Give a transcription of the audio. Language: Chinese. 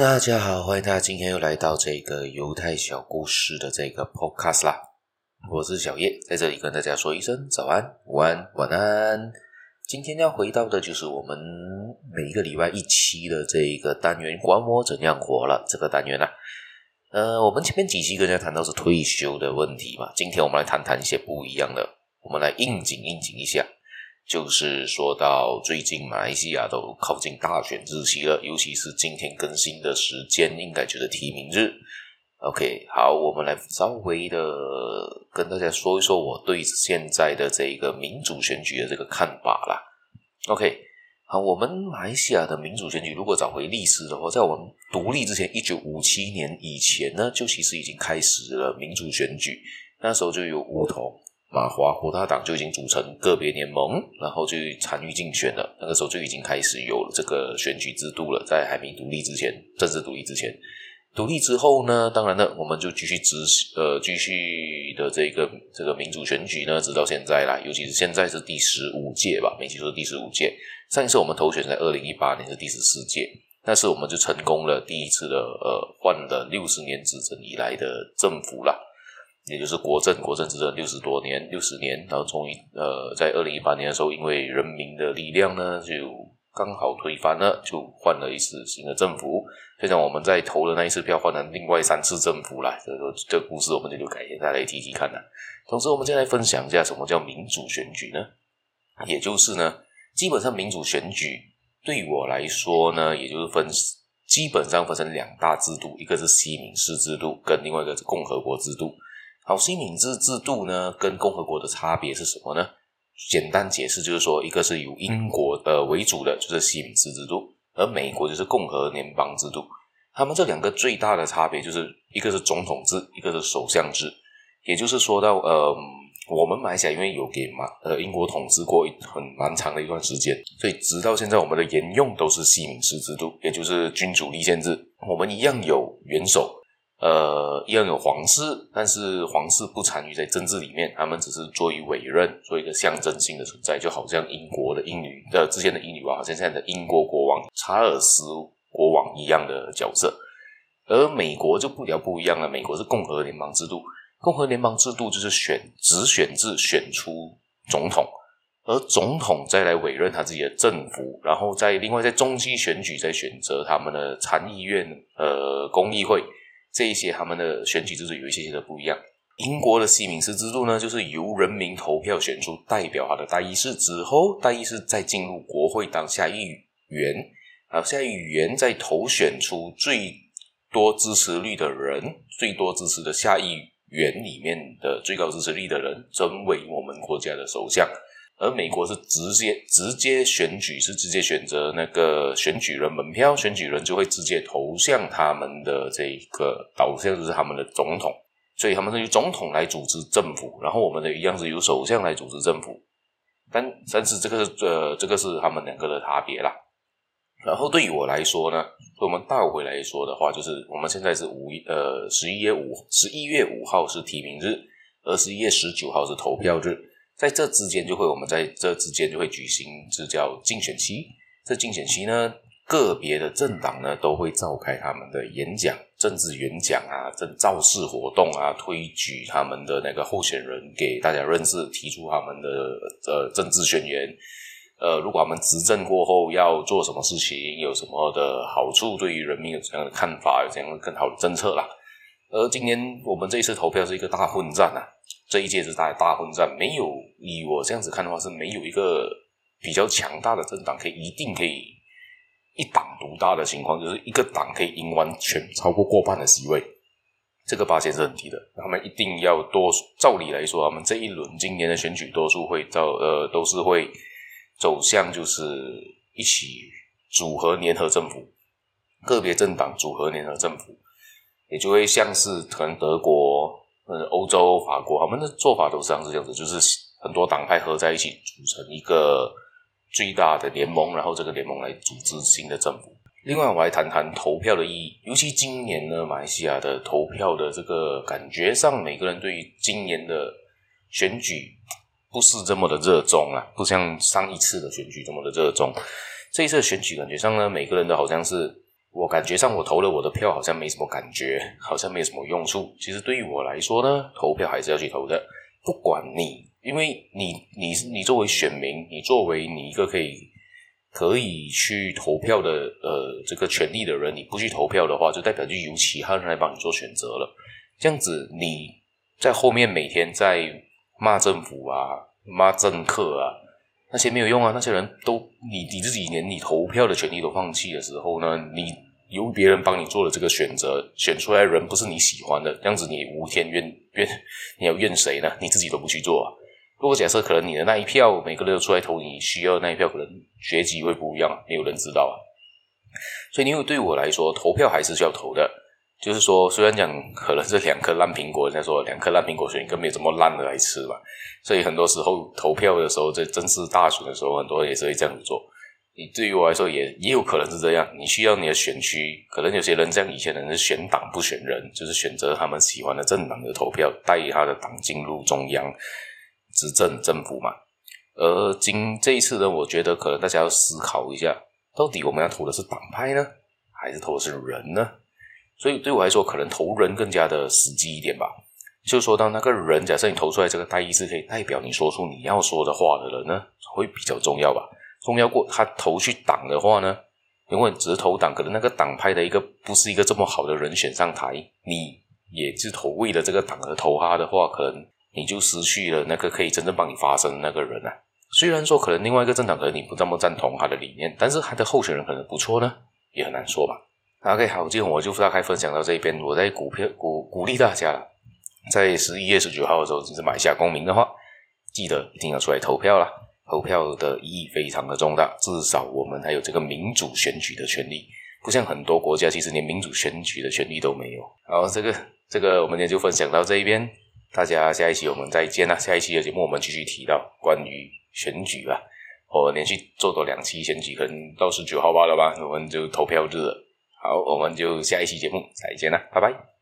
大家好，欢迎大家今天又来到这个犹太小故事的这个 podcast 啦。我是小叶，在这里跟大家说一声早安、午安、晚安。今天要回到的就是我们每一个礼拜一期的这个单元，管我怎样活了这个单元啦。我们前面几期跟大家谈到是退休的问题嘛，今天我们来谈谈一些不一样的，我们来应景一下。就是说到最近马来西亚都靠近大选日期了，尤其是今天更新的时间应该就是提名日。OK， 好，我们来稍微的跟大家说一说我对现在的这个民主选举的这个看法啦。OK， 好，我们马来西亚的民主选举如果找回历史的话，在我们独立之前1957年以前呢，就其实已经开始了民主选举，那时候就有巫统马华国大党就已经组成个别联盟，然后就参与竞选了。那个时候就已经开始有了这个选举制度了，在还没独立之前，政治独立之前。独立之后呢，当然了，我们就继续的这个民主选举呢，直到现在啦。尤其是现在是第15届吧，没记错是第15届。上一次我们投选在2018年是第14届，那时我们就成功了第一次的换了60年执政以来的政府啦。也就是国政执政60年，然后终于在2018年的时候，因为人民的力量呢，就刚好推翻了，就换了一次新的政府。虽然我们在投的那一次票换了另外3次政府啦，这个故事我们就改天再来提看啦。同时，我们先来分享一下什么叫民主选举呢？也就是呢，基本上民主选举对我来说呢，也就是基本上分成2大制度，一个是西敏寺制度，跟另外一个是共和国制度。好，西敏制制度呢，跟共和国的差别是什么呢？简单解释就是说，一个是由英国为主的，就是西敏制制度，而美国就是共和联邦制度。他们这2个最大的差别就是一个是总统制，一个是首相制。也就是说到我们马来西亚因为有给英国统治过蛮长的一段时间，所以直到现在我们的沿用都是西敏式制度，也就是君主立宪制。我们一样有元首，一样有皇室，但是皇室不参与在政治里面，他们只是做一委任，做一个象征性的存在，就好像英国的之前的英女王，好像现在的英国国王查尔斯国王一样的角色。而美国就不一样了，美国是共和联邦制度，共和联邦制度就是直选制选出总统，而总统再来委任他自己的政府，然后另外在中期选举再选择他们的参议院、公议会，这一些他们的选举制度有一些的不一样。英国的西敏式制度呢，就是由人民投票选出代表他的代议士之后，代议士再进入国会当下议员，下议员再投选出最多支持率的人，最多支持的下议员里面的最高支持率的人，成为我们国家的首相。而美国是直接选举，是直接选择那个选举人门票，选举人就会直接投向他们的这个导向，就是他们的总统，所以他们是由总统来组织政府，然后我们的一样是由首相来组织政府，但是这个是他们2个的差别啦。然后对于我来说呢，我们倒回来说的话，就是我们现在是11月5号是提名日，而11月19号是投票日。在这之间我们在这之间就会举行这叫竞选期。这竞选期呢，个别的政党呢都会召开他们的演讲、政治演讲啊、造势活动啊，推举他们的那个候选人给大家认识，提出他们的政治宣言。如果他们执政过后要做什么事情，有什么的好处，对于人民有怎样的看法，有怎样的更好的政策啦。而今年我们这一次投票是一个大混战啊，这一届是大混战，没有以我这样子看的话，是没有一个比较强大的政党一定可以一党独大的情况，就是一个党可以赢完超过过半的席位，这个8%是很低的。他们一定要照理来说，他们这一轮今年的选举多数会都是会走向就是一起组合联合政府，个别政党组合联合政府，也就会像是可能德国、欧洲、法国，他们的做法都是这样子，就是很多党派合在一起组成一个最大的联盟，然后这个联盟来组织新的政府。另外我来谈谈投票的意义，尤其今年呢，马来西亚的投票的这个感觉上，每个人对于今年的选举不是这么的热衷啦，不像上一次的选举这么的热衷。这一次的选举感觉上呢，每个人都好像是我感觉上我投了我的票好像没什么感觉，好像没什么用处。其实对于我来说呢，投票还是要去投的，不管你，因为你作为选民，你作为你一个可以去投票的这个权利的人，你不去投票的话，就代表就由其他人来帮你做选择了。这样子你在后面每天在骂政府啊、骂政客啊，那些没有用啊，那些人都你自己连你投票的权利都放弃的时候呢，你由别人帮你做了这个选择，选出来的人不是你喜欢的，这样子你无天你要怨谁呢？你自己都不去做啊。如果假设可能你的那一票每个人都出来投你需要的那一票，可能结局会不一样，没有人知道啊。所以因为对我来说，投票还是需要投的。就是说，虽然讲可能是2颗烂苹果，人家说2颗烂苹果选一个没有这么烂的来吃嘛，所以很多时候投票的时候，在正式大选的时候，很多人也是会这样子做。你对于我来说也有可能是这样，你需要你的选区，可能有些人像以前的人是选党不选人，就是选择他们喜欢的政党的投票，带他的党进入中央执政政府嘛。而这一次呢，我觉得可能大家要思考一下，到底我们要投的是党派呢，还是投的是人呢？所以对我来说，可能投人更加的实际一点吧。就说到那个人，假设你投出来这个代议是可以代表你说出你要说的话的人呢，会比较重要吧。重要过他投去党的话呢，因为只是投党，可能那个党派的不是一个这么好的人选上台，你也是为了这个党而投他的话，可能你就失去了那个可以真正帮你发声的那个人啊。虽然说可能另外一个政党可能你不这么赞同他的理念，但是他的候选人可能不错呢，也很难说吧。OK， 好，今天我就大概分享到这边。我在鼓励大家啦，在11月19号的时候，就是马来西亚公民的话，记得一定要出来投票啦。投票的意义非常的重大，至少我们还有这个民主选举的权利，不像很多国家其实连民主选举的权利都没有。好，这个我们今天就分享到这一边，大家下一期我们再见啦。下一期的节目我们继续提到关于选举吧，我连续做多2期选举，可能到19号罢了吧，我们就投票日了。好，我们就下一期节目再见啦，拜拜。